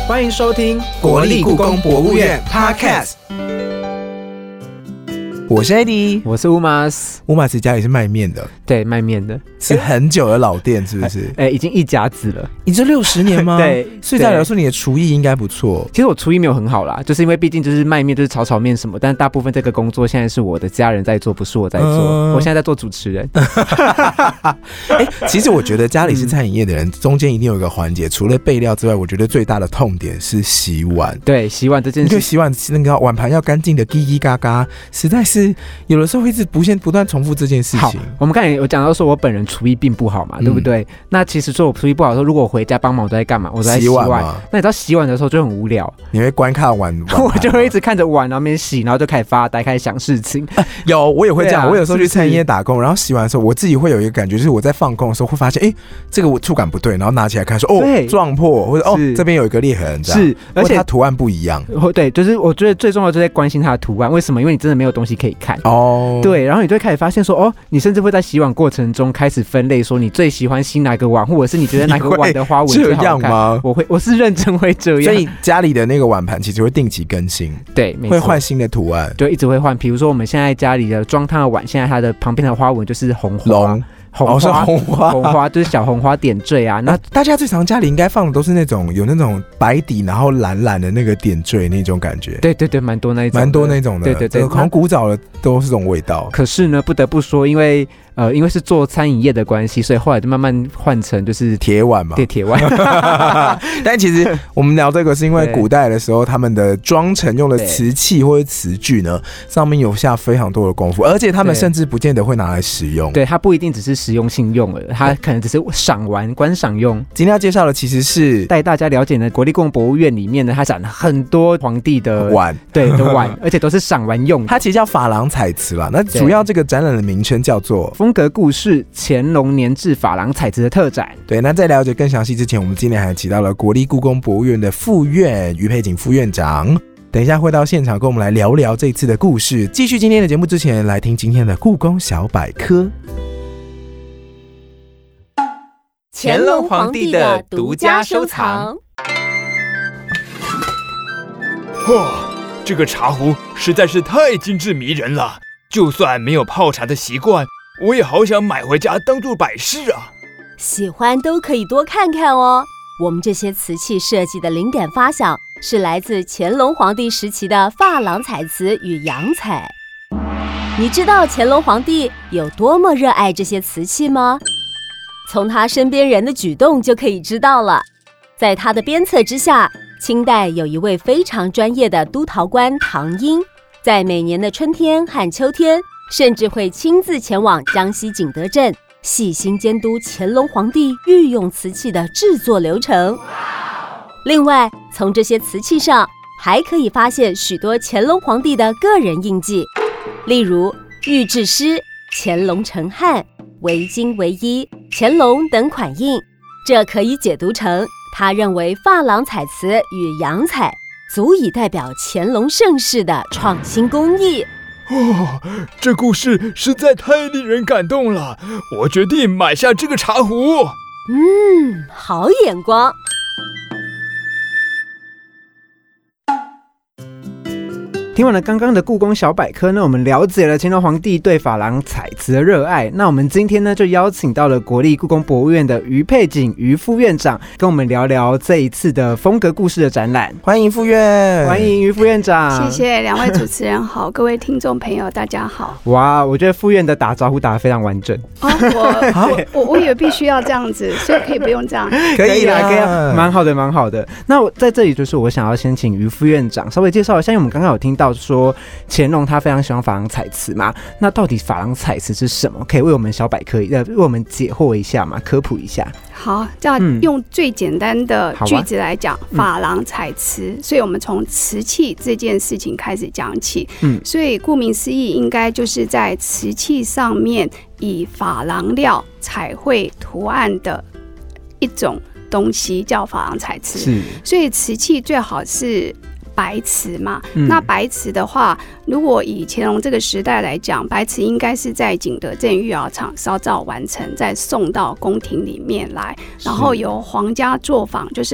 欢迎收听国立故宫博物院 Podcast。 我是 Eddie， 我是乌马斯。 乌马斯家里是卖面的， 对，卖面的， 是很久的老店，是不是？ 已经一甲子了。 你这60年吗？ 对， 所以照理说你的厨艺应该不错。 其实我厨艺没有很好啦，就是因为毕竟就是卖面，就是炒面什么，但大部分这个工作现在是我的家人在做，不是我在做。我现在在做主持人。 其实我觉得家里是餐饮业的人，中间一定有一个环节，除了备料之外，我觉得最大的痛点是洗碗。 对，洗碗这件事， 你就洗碗那个碗盘要干净的，叽叽嘎嘎，实在是有的时候会一直不断重复这件事情。 好，我们刚才有讲到说我本人厨艺并不好嘛，对不对？那其实说我厨艺不好的时候，如果我回家帮忙，我都在干嘛？我都在洗碗。那你知道洗碗的时候就很无聊， 你会观看碗我就会一直看着碗，然后那边洗，然后就开始发呆，开始想事情。 我也会这样。我有时候去餐饮业打工，然后洗碗的时候，我自己会有一个感觉，就是我在放空的时候会发现，这个我触感不对，然后拿起来看说，撞破，或者这边有一个裂痕，这样是，而且它图案不一样。 对，就是我觉得最重要就是在关心它的图案，为什么？因为你真的没有东西可以看。对，然后你就会开始发现说，你甚至会在洗碗过程中开始分类，说你最喜欢洗哪个碗，或者是你觉得哪个碗的花纹最好看。这样吗？我是认真会这样。 所以家里的那个碗盘其实会定期更新， 对，没错， 会换新的图案， 就一直会换。比如说我们现在家里的装汤的碗，现在它的旁边的花纹就是红花。 是红花就是小红花点缀啊。那大家最常家里应该放的都是那种有那种白底然后蓝蓝的那个点缀那种感觉。 对对对，蛮多那种的。对， 好像古早的都是这种味道。 可是呢，不得不说，因为是做餐饮业的关系，所以后来就慢慢换成就是铁碗嘛。 对，铁碗。 但其实我们聊这个是因为古代的时候，他们的装盛用的瓷器或者瓷具呢，上面有下非常多的功夫，而且他们甚至不见得会拿来食用。 对，它不一定只是实用性用了，它可能只是赏玩观赏用。 今天要介绍的其实是带大家了解呢，国立故宫博物院里面呢，它展了很多皇帝的碗， 对的碗，而且都是赏玩用的。 它其实叫珐琅彩瓷啦。那主要这个展览的名称叫做风格故事乾隆年制珐琅彩瓷的特展。 对，那在了解更详细之前，我们今天还提到了国立故宫博物院的副院于佩瑾副院长。等一下会到现场跟我们来聊聊这次的故事。继续今天的节目之前，来听今天的故宫小百科。 乾隆皇帝的独家收藏。 哇，这个茶壶实在是太精致迷人了，就算没有泡茶的习惯，我也好想买回家当做摆饰啊。 喜欢都可以多看看哦。我们这些瓷器设计的灵感发想是来自乾隆皇帝时期的珐琅彩瓷与洋彩。你知道乾隆皇帝有多么热爱这些瓷器吗？从他身边人的举动就可以知道了。在他的鞭策之下，清代有一位非常专业的督陶官唐英，在每年的春天和秋天，甚至会亲自前往江西景德镇，细心监督乾隆皇帝御用瓷器的制作流程。另外，从这些瓷器上还可以发现许多乾隆皇帝的个人印记，例如御制诗、乾隆成汉、围巾围衣、乾隆等款印。这可以解读成他认为珐琅彩瓷与洋彩足以代表乾隆盛世的创新工艺。 这故事实在太令人感动了，我决定买下这个茶壶。 好眼光。 听完了刚刚的故宫小百科呢，我们了解了乾隆皇帝对珐琅彩瓷的热爱。那我们今天呢，就邀请到了国立故宫博物院的于佩瑾于副院长，跟我们聊聊这一次的风格故事的展览。 欢迎副院， 欢迎于副院长。 谢谢两位主持人好，各位听众朋友大家好。 哇，我觉得副院的打招呼打得非常完整。 我以为必须要这样子，所以可以不用这样。 可以啦，可以啦，蛮好的，蛮好的。那我在这里就是我想要先请于副院长稍微介绍一下，因为我们刚刚有听到说乾隆他非常喜欢珐琅彩瓷嘛，那到底珐琅彩瓷是什么？可以为我们小百科为我们解惑一下嘛，科普一下。 好，这样用最简单的句子来讲，珐琅彩瓷，所以我们从瓷器这件事情开始讲起。所以顾名思义，应该就是在瓷器上面以珐琅料彩绘图案的一种东西叫珐琅彩瓷。所以瓷器最好是白瓷嘛，那白瓷的话，如果以乾隆这个时代来讲，白瓷应该是在景德镇御窑厂烧造完成，再送到宫廷里面来，然后由皇家作坊，就是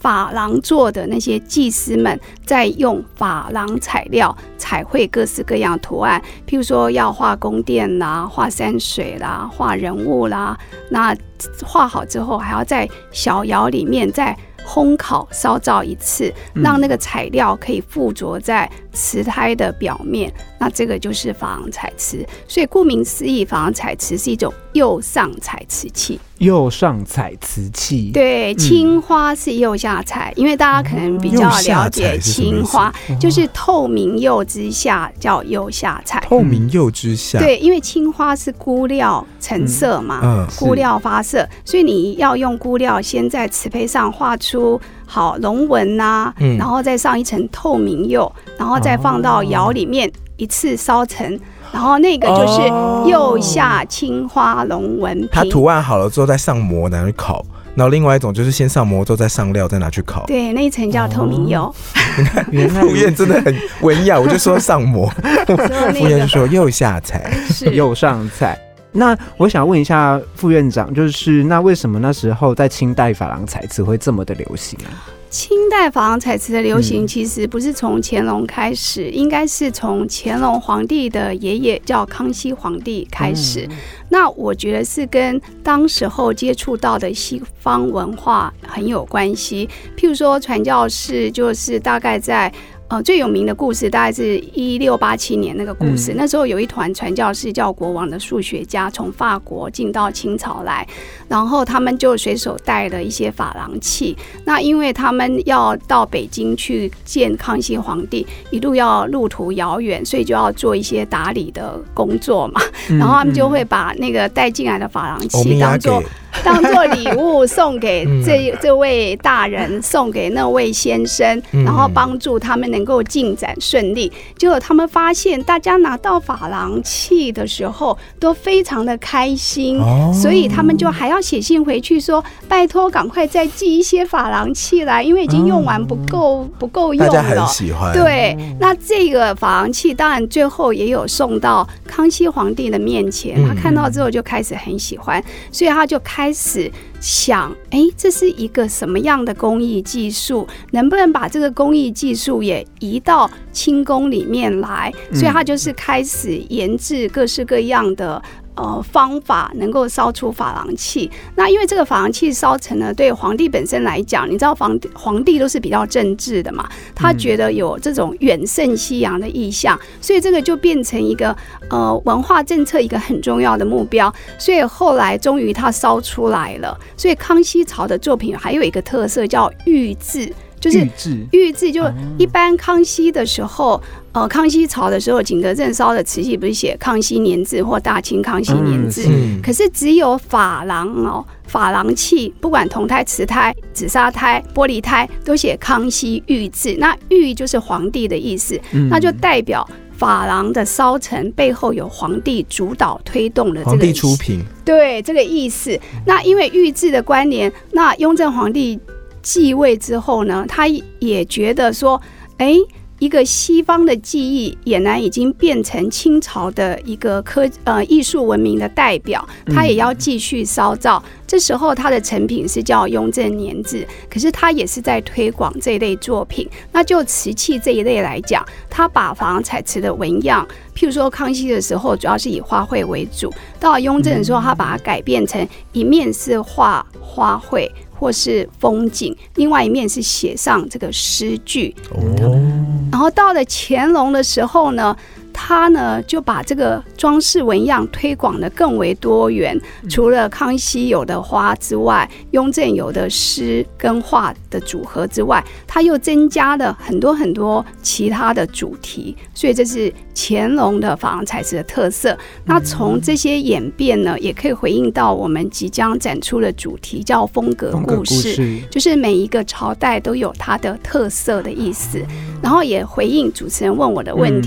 珐琅做的那些技师们在用珐琅彩料彩绘各式各样图案，譬如说要画宫殿啦、画山水啦、画人物啦，那画好之后还要在小窑里面再烘烤烧造一次，让那个材料可以附着在瓷胎的表面，那这个就是珐琅彩瓷。所以顾名思义，珐琅彩瓷是一种釉上彩瓷器。 釉上彩瓷器， 对，青花是釉下彩，因为大家可能比较了解青花，就是透明釉之下叫釉下彩。 透明釉之下， 对，因为青花是钴料成色嘛，钴料发色，所以你要用钴料先在瓷胚上画出好龙纹啊，然后再上一层透明釉，然后再放到窑里面一次烧成。然后那个就是釉下青花龙纹瓶， 它图案好了之后再上膜拿去烤，然后另外一种就是先上膜之后再上料再拿去烤。 对，那一层叫透明釉。 你看傅燕真的很文雅，我就说上膜，傅燕就说釉下彩， 是釉上彩。那我想问一下副院长，就是那为什么那时候在清代珐琅彩瓷会这么的流行啊？ 清代珐琅彩瓷的流行其实不是从乾隆开始，应该是从乾隆皇帝的爷爷叫康熙皇帝开始。那我觉得是跟当时候接触到的西方文化很有关系。譬如说传教士，就是大概在最有名的故事大概是1687年那个故事，那时候有一团传教士叫国王的数学家从法国进到清朝来，然后他们就随手带了一些珐琅器，那因为他们要到北京去见康熙皇帝，一路要路途遥远，所以就要做一些打理的工作嘛，然后他们就会把那个带进来的珐琅器当作礼物送给这位大人，送给那位先生，然后帮助他们能够进展顺利。结果他们发现大家拿到珐琅器的时候都非常的开心，所以他们就还要写信回去说拜托赶快再寄一些珐琅器来，因为已经用完不够用了。 大家很喜欢。 对，那这个珐琅器当然最后也有送到康熙皇帝的面前，他看到之后就开始很喜欢，所以他就开始想，这是一个什么样的工艺技术，能不能把这个工艺技术也移到清宫里面来，所以他就是开始研制各式各样的方法能够烧出珐琅器。那因为这个珐琅器烧成了，对皇帝本身来讲，你知道皇帝都是比较政治的嘛，他觉得有这种远胜西洋的意象，所以这个就变成一个文化政策一个很重要的目标，所以后来终于他烧出来了。所以康熙朝的作品还有一个特色叫御制，就是御制，就一般康熙的时候，康熙朝的时候，景德镇烧的瓷器不是写康熙年制或大清康熙年制，可是只有珐琅器，不管铜胎、瓷胎、紫砂胎、玻璃胎，都写康熙御制。那御就是皇帝的意思，那就代表珐琅的烧成背后有皇帝主导推动的这个皇帝出品， 对这个意思。那因为御制的关联，那雍正皇帝继位之后呢，他也觉得说，一个西方的技艺俨然已经变成清朝的一个艺术文明的代表，他也要继续烧造。这时候他的成品是叫雍正年制，可是他也是在推广这一类作品。那就瓷器这一类来讲，他把珐琅彩瓷的纹样，譬如说康熙的时候主要是以花卉为主，到了雍正的时候他把它改变成一面是画花卉或是风景，另外一面是写上这个诗句。然后到了乾隆的时候呢，他呢就把这个装饰纹样推广的更为多元，除了康熙有的花之外，雍正有的诗跟画的组合之外，他又增加了很多很多其他的主题，所以这是乾隆的珐琅彩瓷的特色。那从这些演变呢，也可以回应到我们即将展出的主题，叫风格故事，就是每一个朝代都有它的特色的意思。然后也回应主持人问我的问题，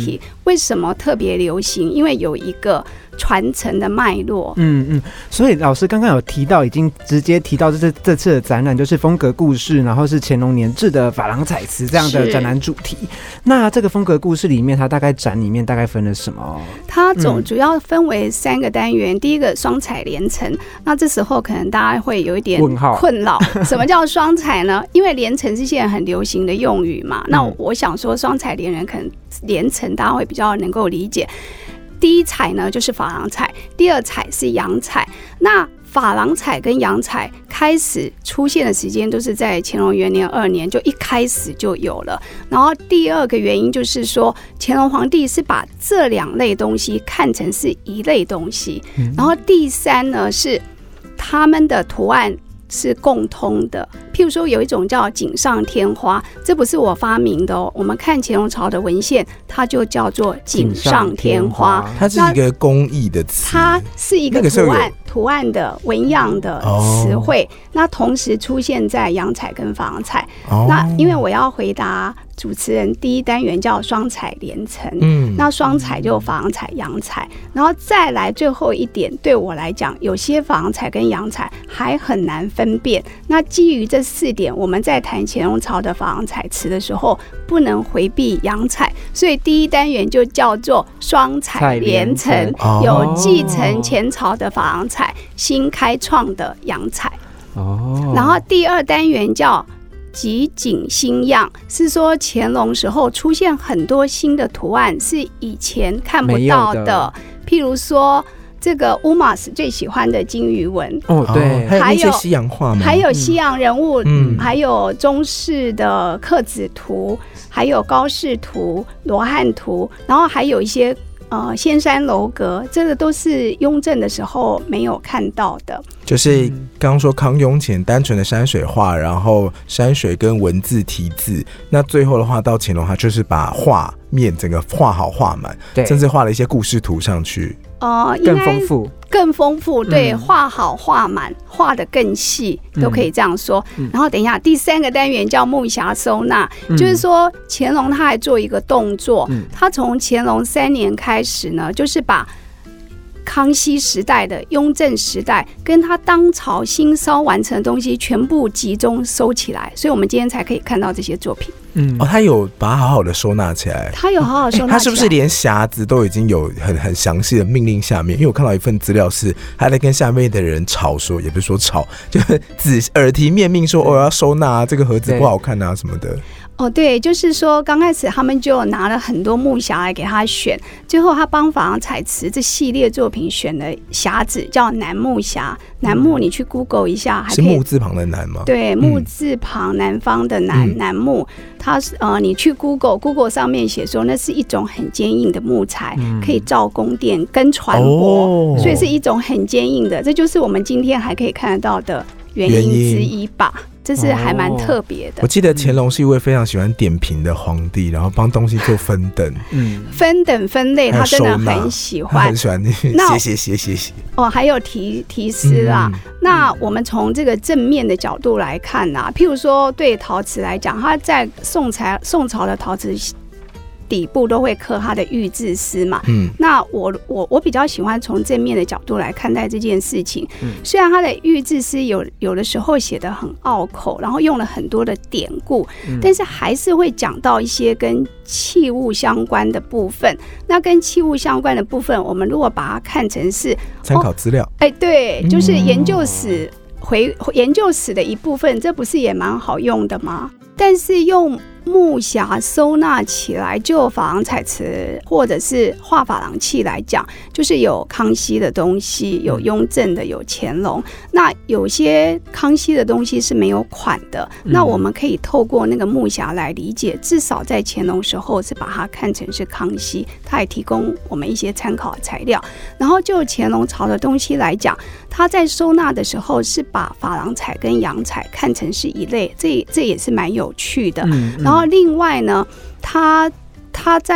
为什么特别流行？因为有一个传承的脉络。 所以老师刚刚有提到，已经直接提到这次的展览就是风格故事，然后是乾隆年制的珐琅彩瓷这样的展览主题。那这个风格故事里面，它大概展里面大概分了什么？ 它主要分为3个单元，第一个双彩连成。那这时候可能大家会有一点困扰，什么叫双彩呢？因为连成是现在很流行的用语嘛。那我想说双彩连人可能连成大家会比较能够理解。第一彩呢就是珐琅彩，第二彩是洋彩。那珐琅彩跟洋彩开始出现的时间都是在乾隆元年2年，就一开始就有了。然后第二个原因就是说，乾隆皇帝是把这2类东西看成是一类东西。然后第3呢是他们的图案是共通的，譬如说有一种叫锦上添花，这不是我发明的哦。我们看乾隆朝的文献，它就叫做锦上添花， 它是一个工艺的词， 它是一个图案的纹样的词汇。那同时出现在洋彩跟珐琅彩。那因为我要回答主持人第一单元叫双彩连成，那双彩就珐琅彩、洋彩，然后再来最后一点，对我来讲，有些珐琅彩跟洋彩还很难分辨。那基于这4点，我们在谈乾隆朝的珐琅彩瓷的时候，不能回避洋彩，所以第一单元就叫做双彩连成，有继承前朝的珐琅彩，新开创的洋彩。然后第2单元叫集锦新样，是说乾隆时候出现很多新的图案，是以前看不到的，譬如说这个乌马斯最喜欢的金鱼纹， 对，还有那些西洋画吗？ 还有西洋人物，还有中式的刻字图，还有高氏图、罗汉图，然后还有一些仙山楼阁，这个都是雍正的时候没有看到的。 就是刚刚说康雍乾单纯的山水画，然后山水跟文字题字，那最后的话到乾隆，他就是把画面整个画好画满，甚至画了一些故事图上去。 更丰富， 对，画好画满，画得更细，都可以这样说。然后等一下，第3个单元叫木匣收纳，就是说乾隆他还做一个动作，他从乾隆3年开始呢，就是把康熙时代的雍正时代跟他当朝新烧完成的东西全部集中收起来，所以我们今天才可以看到这些作品。 他有把它好好的收纳起来。 他有好好收纳起来。 他是不是连匣子都已经有很详细的命令下面？因为我看到一份资料是他在跟下面的人吵说，也不是说吵，就是耳提面命说我要收纳这个盒子不好看啊什么的。 对，就是说刚开始他们就拿了很多木匣来给他选，最后他帮珐琅彩瓷这系列作品选的匣子叫楠木匣。楠木你去 Google 一下，还可以， 是木字旁的楠吗？ 对，木字旁南方的楠木。它你去 Google 上面写说那是一种很坚硬的木材，可以造宫殿跟船舶，所以是一种很坚硬的，这就是我们今天还可以看得到的原因之一吧。这是还蛮特别的。 我记得乾隆是一位非常喜欢点评的皇帝，然后帮东西做分等， 分等分类，他真的很喜欢， 很喜欢写。 还有题诗啦。那我们从这个正面的角度来看啊，譬如说对陶瓷来讲，它在宋朝的陶瓷底部都会刻它的御制诗嘛。那我比较喜欢从正面的角度来看待这件事情。虽然它的御制诗有的时候写得很拗口，然后用了很多的典故，但是还是会讲到一些跟器物相关的部分。那跟器物相关的部分，我们如果把它看成是参考资料， 对，就是研究史研究史的一部分，这不是也蛮好用的吗？但是用木匣收纳起来，就珐琅彩瓷或者是画珐琅器来讲，就是有康熙的东西，有雍正的，有乾隆。那有些康熙的东西是没有款的，那我们可以透过那个木匣来理解，至少在乾隆时候是把它看成是康熙，它也提供我们一些参考材料。然后就乾隆朝的东西来讲，他在收纳的时候是把珐琅彩跟洋彩看成是一类，这也是蛮有趣的。然后另外呢，他在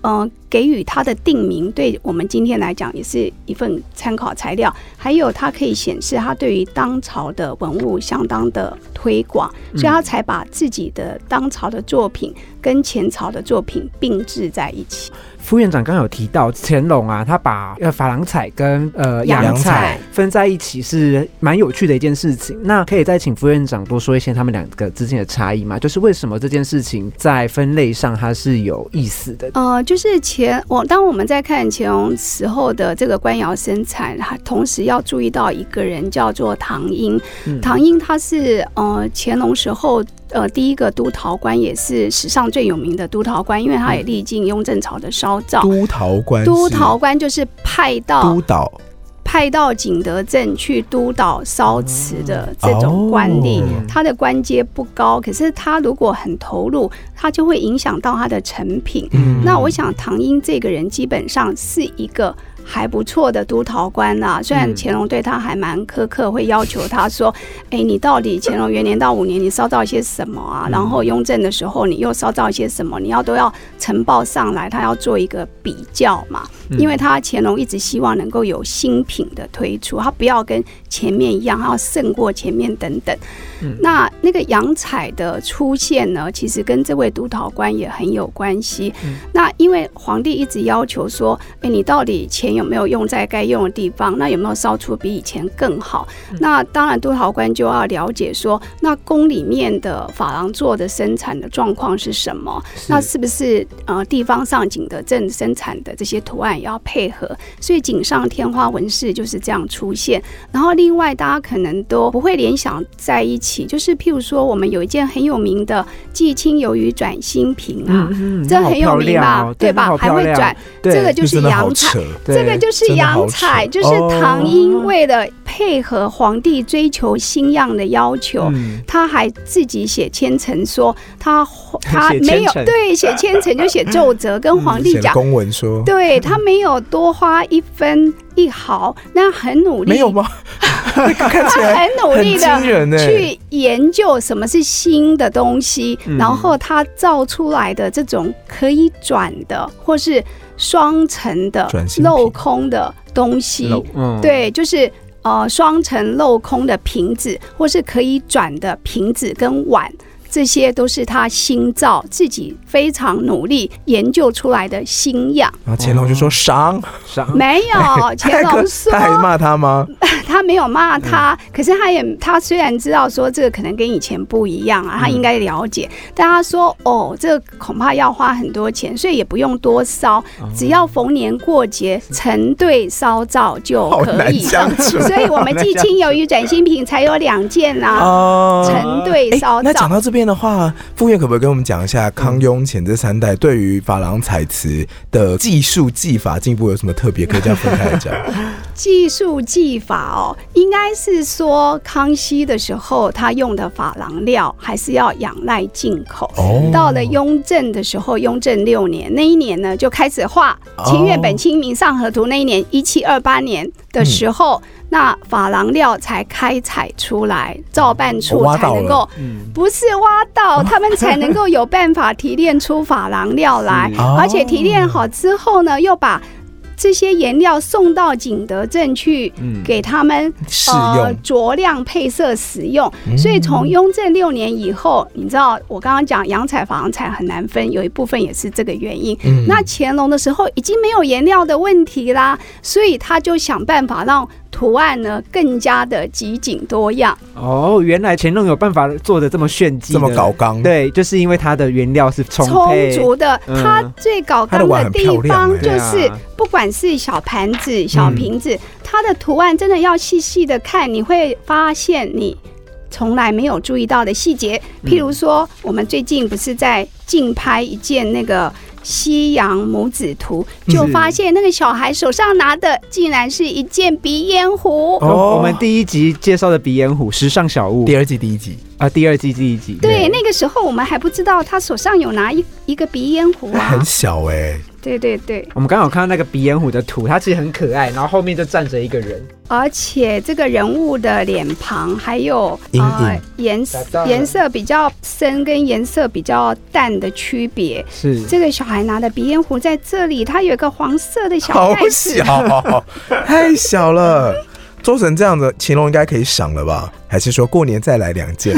给予它的定名，对我们今天来讲也是一份参考材料。还有它可以显示它对于当朝的文物相当的推广，所以他才把自己的当朝的作品跟前朝的作品并置在一起。 副院长刚刚有提到乾隆啊，他把珐琅彩跟洋彩分在一起是蛮有趣的一件事情。那可以再请副院长多说一些他们两个之间的差异吗？就是为什么这件事情在分类上它是有意思的？ 就是当我们在看乾隆时候的这个官窑生产，同时要注意到一个人叫做唐英。唐英他是乾隆时候第一个督陶官，也是史上最有名的督陶官，因为他也历经雍正朝的烧造。督陶官就是派到景德镇去督导烧瓷的这种官吏，他的官阶不高，可是他如果很投入，他就会影响到他的成品。那我想唐英这个人基本上是一个还不错的督陶官啦，虽然乾隆对他还蛮苛刻，会要求他说你到底乾隆元年到5年你烧造一些什么啊，然后雍正的时候你又烧造一些什么，你都要呈报上来，他要做一个比较嘛。因为他乾隆一直希望能够有新品的推出，他不要跟前面一样，他要胜过前面等等。那个洋彩的出现呢，其实跟这位督陶官也很有关系。那因为皇帝一直要求说你到底钱有没有用在该用的地方，那有没有烧出比以前更好。那当然督陶官就要了解说，那宫里面的珐琅座的生产的状况是什么，那是不是地方上景德镇生产的这些图案也要配合，所以锦上添花纹饰就是这样出现。然后另外大家可能都不会联想在一起，就是譬如说我们有一件很有名的纪清鱿鱼转心瓶啊，这很有名吧，对吧？还会转，这个就是洋彩，这个就是洋彩，就是唐英为了配合皇帝追求新样的要求，他还自己写千层说他没有写千层就写奏折跟皇帝讲公文说， 对他没有多花1分1毫，那很努力， 没有吗？ 他很努力的去研究什么是新的东西，然后他造出来的这种可以转的或是双层的镂空的东西，对，就是双层镂空的瓶子或是可以转的瓶子跟碗，这些都是他新造自己非常努力研究出来的新样。 然后乾隆就说赏， 没有，乾隆说他还骂他吗？ 他没有骂他，可是他虽然知道说这个可能跟以前不一样啊，他应该了解，但他说这个恐怕要花很多钱，所以也不用多烧，只要逢年过节成对烧造就可以了。所以我们纪清鱿鱼转心瓶才有2件啊，成对烧造。 那讲到这边的话，副院可不可以跟我们讲一下康雍乾这3代对于珐琅彩瓷的技术技法进步有什么特别，可以这样分开来讲？ 技术技法应该是说康熙的时候他用的珐琅料还是要仰赖进口。到了雍正的时候，雍正6年那一年呢，就开始画清月本清明上河图，那一年1728年的时候，那珐琅料才开采出来，照办处才能够，不是挖到，他们才能够有办法提炼出珐琅料来，而且提炼好之后呢，又把这些颜料送到景德镇去给他们酌量配色使用。所以从雍正6年以后，你知道我刚刚讲洋彩珐琅彩很难分，有一部分也是这个原因。那乾隆的时候已经没有颜料的问题啦，所以他就想办法让图案呢更加的极简多样。 原来乾隆有办法做的这么炫技， 这么搞纲。 对，就是因为它的原料是充足的。它最搞纲的地方就是不管是小盘子小瓶子，它的图案真的要细细的看，你会发现你从来没有注意到的细节。譬如说我们最近不是在竞拍一件那个西洋母子图，就发现那个小孩手上拿的竟然是一件鼻烟壶。 我们第1集介绍的鼻烟壶时尚小物， 第2季第1集第2季第1集。 对，那个时候我们还不知道他手上有拿一个鼻烟壶啊， 很小对对对， 我们刚好看到那个鼻烟壶的图，它其实很可爱，然后后面就站着一个人， 而且这个人物的脸庞还有颜色比较深跟颜色比较淡的区别。 是这个小孩拿的鼻烟壶在这里，它有一个黄色的小盖子， 好小，太小了。做成这样的，乾隆应该可以赏了吧？还是说过年再来2件？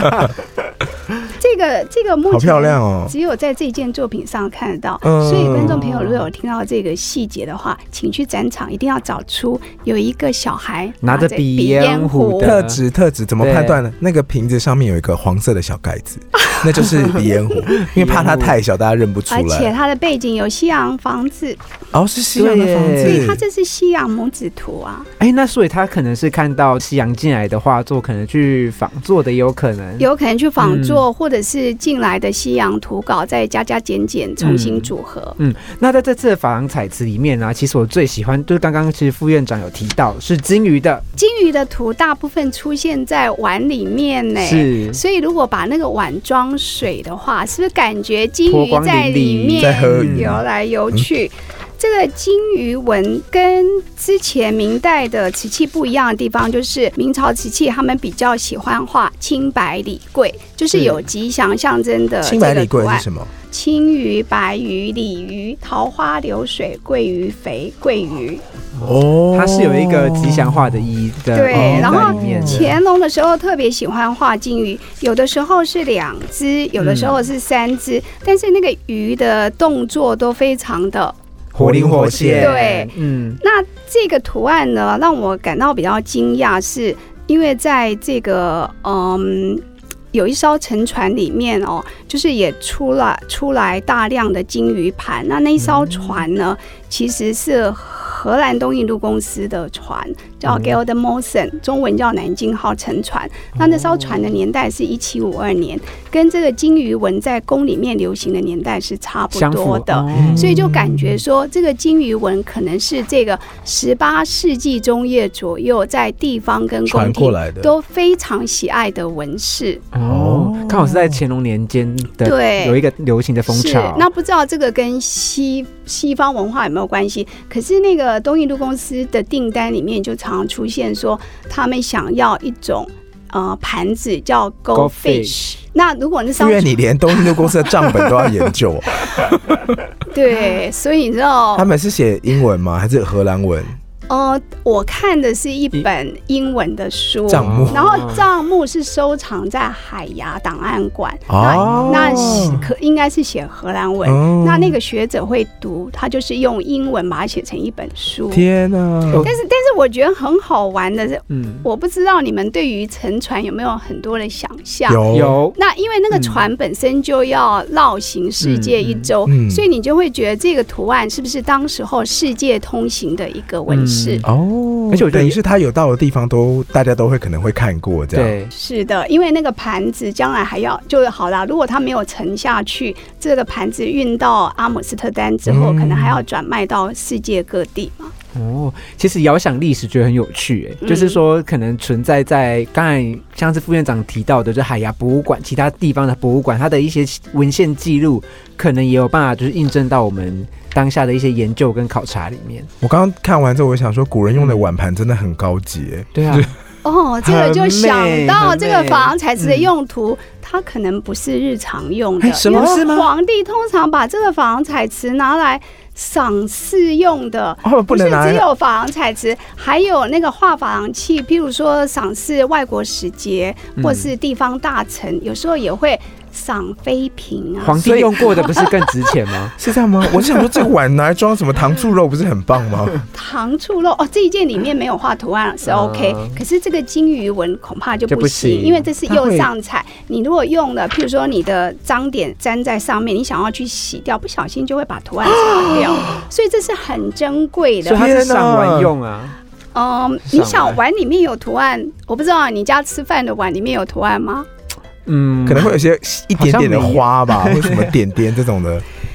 这个目前好漂亮哦， 只有在这件作品上看得到。所以观众朋友如果有听到这个细节的话，请去展场一定要找出有一个小孩拿着鼻烟壶的特质怎么判断呢？那个瓶子上面有一个黄色的小盖子，那就是鼻烟壶，因为怕它太小，大家认不出来。 而且它的背景有西洋房子， 是西洋的房子， 所以它这是西洋母子图啊。 那所以他可能是看到西洋进来的画作，可能去仿作的，也有可能去仿作，或者是进来的西洋图稿再加减重新组合。 那在这次的珐琅彩瓷里面呢，其实我最喜欢就是刚刚其实副院长有提到是金鱼的图，大部分出现在碗里面呢。 是， 所以如果把那个碗装水的话，是不是感觉金鱼在里面在喝鱼游来游去？这个金鱼纹跟之前明代的瓷器不一样的地方，就是明朝瓷器他们比较喜欢画青白李桂，就是有吉祥象征的。 青白李桂是什么？ 青鱼、白鱼、鲤鱼、桃花流水、桂鱼肥、桂鱼。 它是有一个吉祥化的意义的。 对，然后乾隆的时候特别喜欢画金鱼，有的时候是2只，有的时候是3只，但是那个鱼的动作都非常的活灵活现。 对，那这个图案呢，让我感到比较惊讶，是因为在这个有一艘沉船里面就是也出来大量的金鱼盘。那一艘船呢，其实是荷兰东印度公司的船，叫 Geldermosen， 中文叫南京号沉船。那艘船的年代是1752年，跟这个金鱼纹在宫里面流行的年代是差不多的，所以就感觉说这个金鱼纹可能是这个18世纪中叶左右在地方跟宫廷都非常喜爱的纹饰。 刚好是在乾隆年间的，对，有一个流行的风潮。 是，那不知道这个跟西方文化有没有关系？可是那个东印度公司的订单里面就常常出现说，他们想要一种盘子叫 Goldfish。那如果那上， 因为你连东印度公司的账本都要研究。 对，所以你知道他们是写英文吗？还是荷兰文？ 我看的是一本英文的书， 账目， 然后账目是收藏在海牙档案馆。那应该是写荷兰文。那个学者会读，他就是用英文把它写成一本书。 天哪！ 但是我觉得很好玩的是，我不知道你们对于沉船有没有很多的想象？ 有。 那因为那个船本身就要绕行世界1周，所以你就会觉得这个图案是不是当时候世界通行的一个纹饰？ 而且我觉得是他有到的地方大家都可能会看过这样。 对， 是的，因为那个盘子将来还要就好啦，如果它没有沉下去，这个盘子运到阿姆斯特丹之后，可能还要转卖到世界各地嘛。 其实遥想历史觉得很有趣，就是说可能存在刚才像是副院长提到的，就海牙博物馆其他地方的博物馆，它的一些文献记录可能也有办法就是印证到我们当下的一些研究跟考察里面。 我刚刚看完之后，我想说古人用的碗盘真的很高级。 对啊。 这个就想到这个珐琅彩瓷的用途，它可能不是日常用的。 什么是吗？ 皇帝通常把这个珐琅彩瓷拿来赏赐用的，不是只有珐琅彩瓷，还有那个画珐琅器，譬如说赏赐外国使节或是地方大臣，有时候也会赏妃嫔啊。 皇帝用过的不是更值钱吗？ 是这样吗？我是想说，这个碗拿来装什么糖醋肉，不是很棒吗？ 糖醋肉这一件里面没有画图案是 OK，可是这个金鱼纹恐怕就不行，因为这是釉上彩。你如果用了，譬如说你的章点粘在上面，你想要去洗掉，不小心就会把图案擦掉，所以这是很珍贵的。 所以它是赏玩用啊。 你想碗里面有图案，我不知道你家吃饭的碗里面有图案吗？ 可能会有些一点点的花吧，或什么点点这种的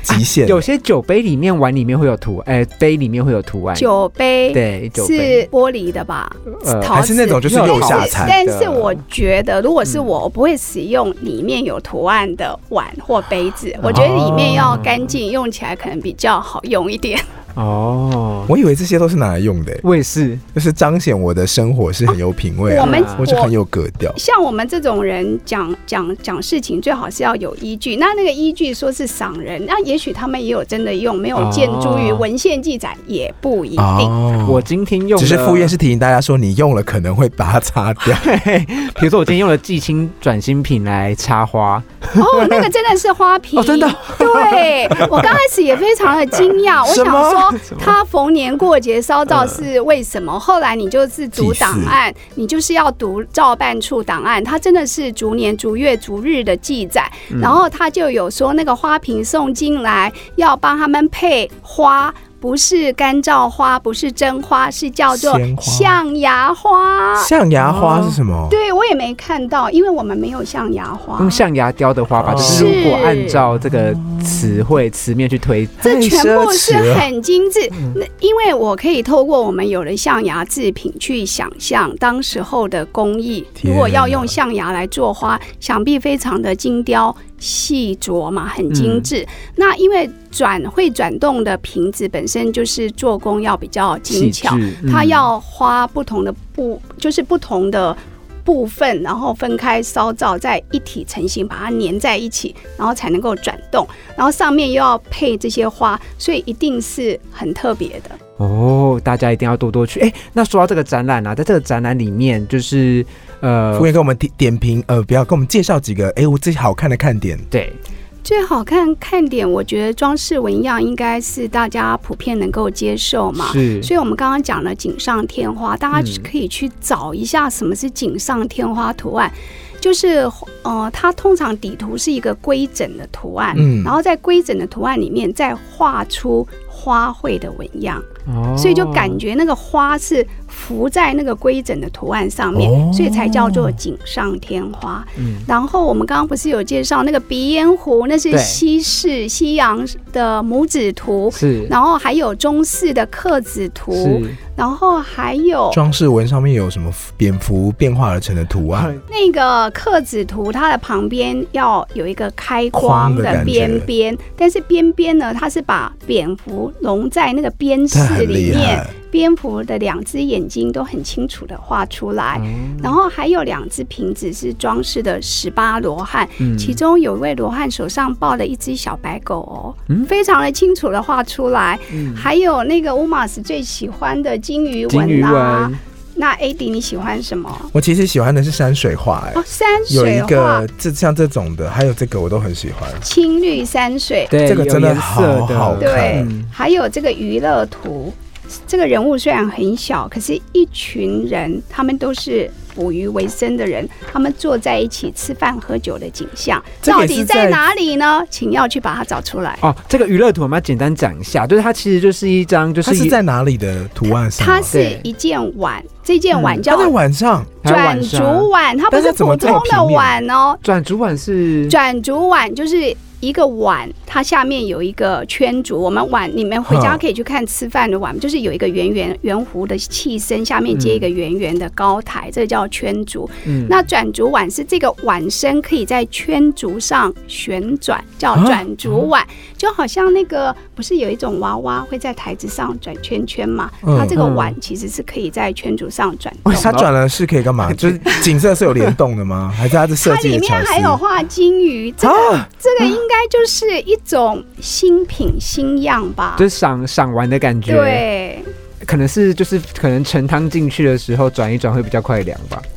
极限。 有些酒杯里面、碗里面会有杯里面会有图案。 酒杯对，酒杯是玻璃的吧？ 还是那种就是釉下彩？ 但是我觉得，如果是我不会使用里面有图案的碗或杯子，我觉得里面要干净，用起来可能比较好用一点。 我以为这些都是拿来用的。 我也是， 就是彰显我的生活是很有品味啊，我就很有格调。 像我们这种人讲事情，最好是要有依据。那个依据说是赏人，那也许他们也有真的用，没有见诸于文献记载也不一定。 我今天用的， 只是副院是提醒大家说，你用了可能会把它擦掉。 比如说我今天用了季青转新品来插花。 那个真的是花瓶。 真的。 对，我刚开始也非常的惊讶，我想说他逢年过节烧造是为什么？后来你就是读档案，你就是要读照办处档案，它真的是逐年逐月逐日的记载，然后他就有说那个花瓶送进来要帮他们配花。不是干燥花，不是真花，是叫做象牙花。 象牙花是什么？ 对，我也没看到，因为我们没有象牙花。 用象牙雕的花吧，就是如果按照这个词面去推， 这全部是很精致。因为我可以透过我们有的象牙制品去想象当时候的工艺，如果要用象牙来做花，想必非常的精雕细琢嘛，很精致。那因为会转动的瓶子本身就是做工要比较精巧，它要花不同的就是不同的部分，然后分开烧造，再一体成型，把它粘在一起，然后才能够转动，然后上面又要配这些花，所以一定是很特别的。 大家一定要多多去。那说到这个展览啊，在这个展览里面，就是副院跟我们点评，不要跟我们介绍几个我最好看的看点。 对。 最好看点，我觉得装饰纹样应该是大家普遍能够接受嘛，所以我们刚刚讲了锦上添花，大家可以去找一下什么是锦上添花图案。就是它通常底图是一个规整的图案，然后在规整的图案里面再画出花卉的纹样，所以就感觉那个花是浮在那个规整的图案上面，所以才叫做锦上添花。然后我们刚刚不是有介绍那个鼻烟壶，那是西洋的拇指图，然后还有中式的刻子图，然后还有装饰纹上面有什么蝙蝠变化而成的图案。 那个刻子图它的旁边要有一个开光的边边，但是边边呢，它是把蝙蝠融在那个边饰里面，蝙蝠的2只眼睛都很清楚的画出来，然后还有2只瓶子是装饰的18罗汉，其中有一位罗汉手上抱了一只小白狗非常的清楚的画出来，还有那个乌马斯最喜欢的金鱼纹啊。那 AD 你喜欢什么？ 我其实喜欢的是山水画， 山水画有一个像这种的，还有这个我都很喜欢， 青绿山水， 这个真的好好看。 对，还有这个娱乐图，这个人物虽然很小，可是一群人，他们都是捕鱼为生的人，他们坐在一起吃饭喝酒的景象，到底在哪里呢？请要去把它找出来。 这个娱乐图我们要简单讲一下，就是它其实就是一张，就是它是在哪里的图案上？ 它是一件碗，这件碗叫它在碗上转竹碗，它不是普通的碗哦。 转竹碗就是一个碗，它下面有一个圈竹。我们碗，你们回家可以去看吃饭的碗，就是有一个圆弧的器身，下面接一个圆圆的高台，这个叫圈竹。那转竹碗是这个碗身可以在圈竹上旋转，叫转竹碗。就好像那个不是有一种娃娃会在台子上转圈圈嘛？它这个碗其实是可以在圈竹上转动。 它转了是可以干嘛？就是景色是有联动的吗？还是它是设计的巧思？ 它里面还有画金鱼，这个应该就是一种新品新样吧， 就是赏玩的感觉。 对， 可能是就是可能盛汤进去的时候转一转会比较快凉吧。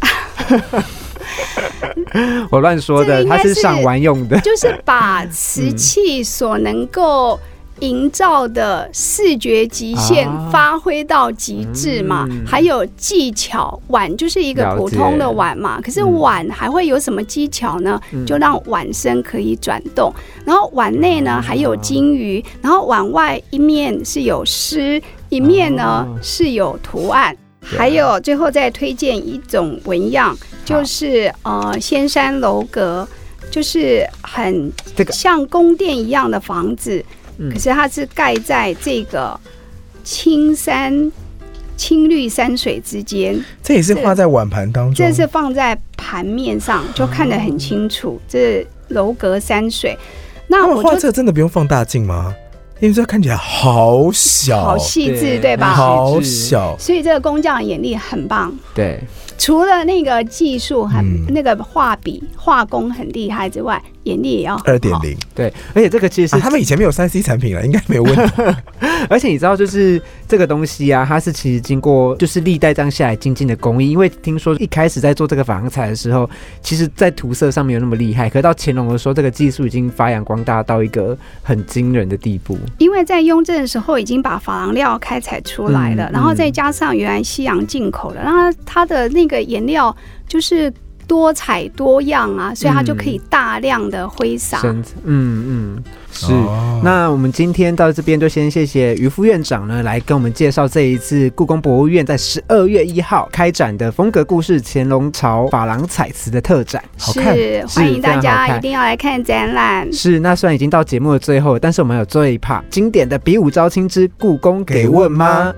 我乱说的，它是赏玩用的， 就是把瓷器所能够营造的视觉极限发挥到极致嘛，还有技巧。碗就是一个普通的碗嘛，可是碗还会有什么技巧呢？就让碗身可以转动，然后碗内呢还有金鱼，然后碗外一面是有诗，一面呢是有图案。还有最后再推荐一种纹样，就是仙山楼阁，就是很像宫殿一样的房子， 可是它是盖在这个青绿山水之间， 这也是画在碗盘当中， 这是放在盘面上，就看得很清楚。这楼阁山水，那我画这个真的不用放大镜吗？因为这看起来好小， 好细致，对吧？ 好小， 所以这个工匠的眼力很棒。 对， 除了那个技术那个画笔画工很厉害之外，眼力也要很好。 2.0， 对，而且这个其实是、 他们以前没有3C 产品了，应该没有问题。 而且你知道，就是这个东西啊，它是其实经过就是历代这样下来精进的工艺。因为听说一开始在做这个珐琅彩的时候，其实在涂色上没有那么厉害，可是到乾隆的时候，这个技术已经发扬光大到一个很惊人的地步。 因为在雍正的时候已经把珐琅料开采出来了，然后再加上原来西洋进口的，然后它的那个颜料就是多彩多样啊，所以它就可以大量的挥洒。 是。那我们今天到这边就先谢谢于副院长呢，来跟我们介绍这一次故宫博物院在12月1号开展的风格故事乾隆朝珐琅彩瓷的特展。 好看， 是欢迎大家一定要来看展览。 是，那虽然已经到节目的最后，但是我们有最后一 part 经典的比武招亲之故宫给问吗？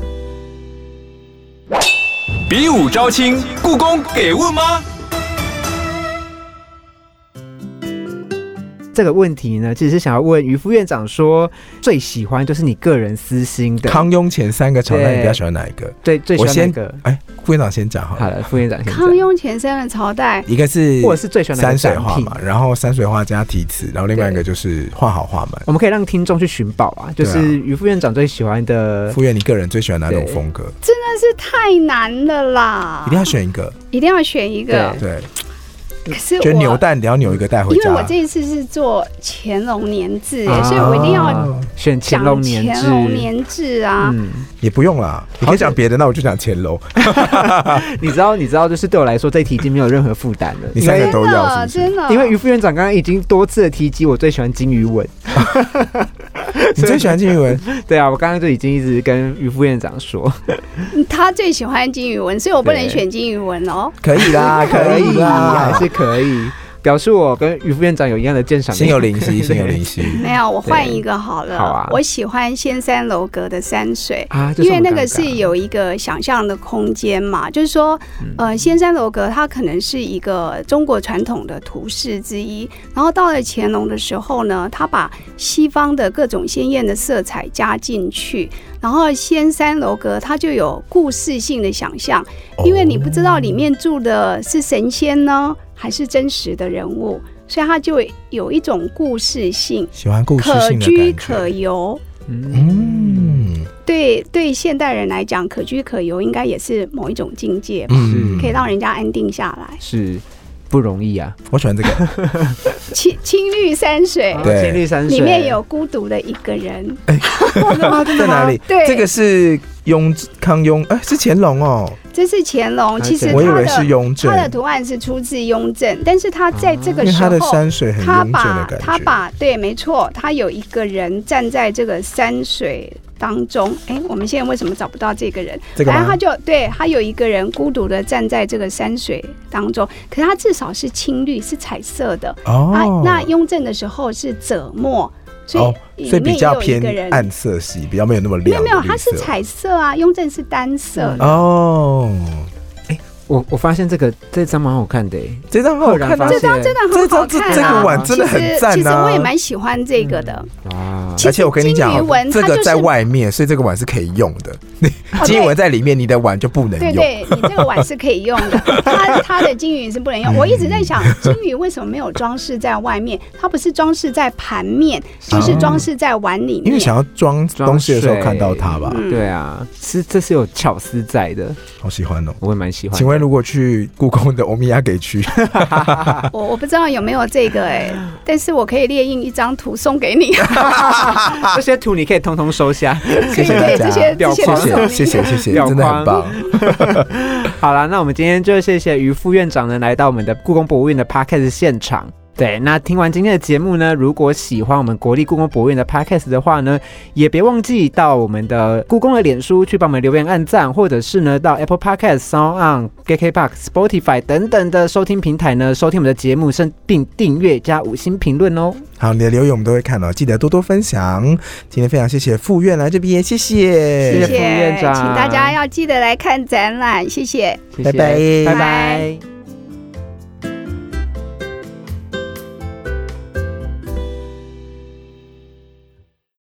比武招亲，故宫给问吗？ 这个问题呢，其实是想要问于副院长说，最喜欢就是你个人私心的康雍乾3个朝代，你比较喜欢哪一个？ 对，最喜欢哪个？ 副院长先讲好了。 好了，副院长先讲。 康雍乾3个朝代， 一个是或者是最喜欢哪个山水画嘛，然后山水画加题词，然后另外一个就是画好画满。 我们可以让听众去寻宝啊，就是于副院长最喜欢的。 副院，你个人最喜欢哪种风格？ 真的是太难了啦！ 一定要选一个， 一定要选一个。 对。 可是我觉得扭蛋你要扭一个带回家， 因为我这一次是做乾隆年制，所以我一定要选乾隆年制啊。 也不用啦，你可以讲别的，那我就讲乾隆。 你知道，就是对我来说这一题已经没有任何负担了。 你3个都要，是不是？ 真的， 因为于副院长刚刚已经多次的提及我最喜欢金鱼文。 你最喜欢金鱼文？ 对啊，我刚刚就已经一直跟于副院长说， 他最喜欢金鱼文，所以我不能选金鱼文哦。 可以啦，可以啦， 还是可以。表示我跟于副院长有一样的鉴赏力， 心有灵犀，心有灵犀。 没有，我换一个好了。 好啊， 我喜欢仙山楼阁的山水啊， 因为那个是有一个想象的空间嘛，就是说，仙山楼阁它可能是一个中国传统的图式之一，然后到了乾隆的时候呢，他把西方的各种鲜艳的色彩加进去，然后仙山楼阁它就有故事性的想象，因为你不知道里面住的是神仙呢，还是真实的人物，所以它就有一种故事性， 喜欢故事性的感觉， 可居可游。对现代人来讲，可居可游应该也是某一种境界吧，可以让人家安定下来。 是。不容易啊， 我喜欢这个青绿山水， 对，青绿山水里面有孤独的一个人， 在哪里？ 对， 这个是康雍，是乾隆哦。 这是乾隆，其实我以为是雍正， 他的图案是出自雍正，但是他在这个时候， 他的山水很雍正的感觉。 他把对，没错，他有一个人站在这个山水当中。我们现在为什么找不到这个人？然后他有一个人孤独的站在这个山水当中，可是他至少是青绿，是彩色的。那雍正的时候是赭墨。所以比较偏暗色系，比较没有那么亮。 没有，它是彩色啊，雍正是单色的。 我发现这张蛮好看的， 这张很好看， 这张真的很好看， 这个碗真的很赞啊！ 其实我也蛮喜欢这个的。 而且我跟你讲，这个在外面，所以这个碗是可以用的。金鱼纹在里面，你的碗就不能用。 对，你这个碗是可以用的，它的金鱼是不能用。我一直在想，金鱼为什么没有装饰在外面？它不是装饰在盘面，就是装饰在碗里面。 因为想要装东西的时候看到它吧？ 对啊，这是有巧思在的， 好喜欢哦， 我也蛮喜欢。 请问如果去故宫的欧米亚给区， 我不知道有没有这个但是我可以列印一张图送给你。 这些图你可以通通收下， 谢谢大家，谢谢，真的很棒。好啦，那我们今天就谢谢于副院长呢来到我们的故宫博物院的 Podcast 现场。 对，那听完今天的节目呢，如果喜欢我们国立故宫博物院的 Podcast 的话呢，也别忘记到我们的故宫的脸书去帮我们留言按赞，或者是呢到 Apple Podcast、SoundOn、KKBOX、Spotify 等等的收听平台呢收听我们的节目，并订阅加5星评论哦。 好，你的留言我们都会看哦，记得多多分享。今天非常谢谢副院来这边，谢谢副院长， 请大家要记得来看展览，谢谢， 拜拜， 拜拜。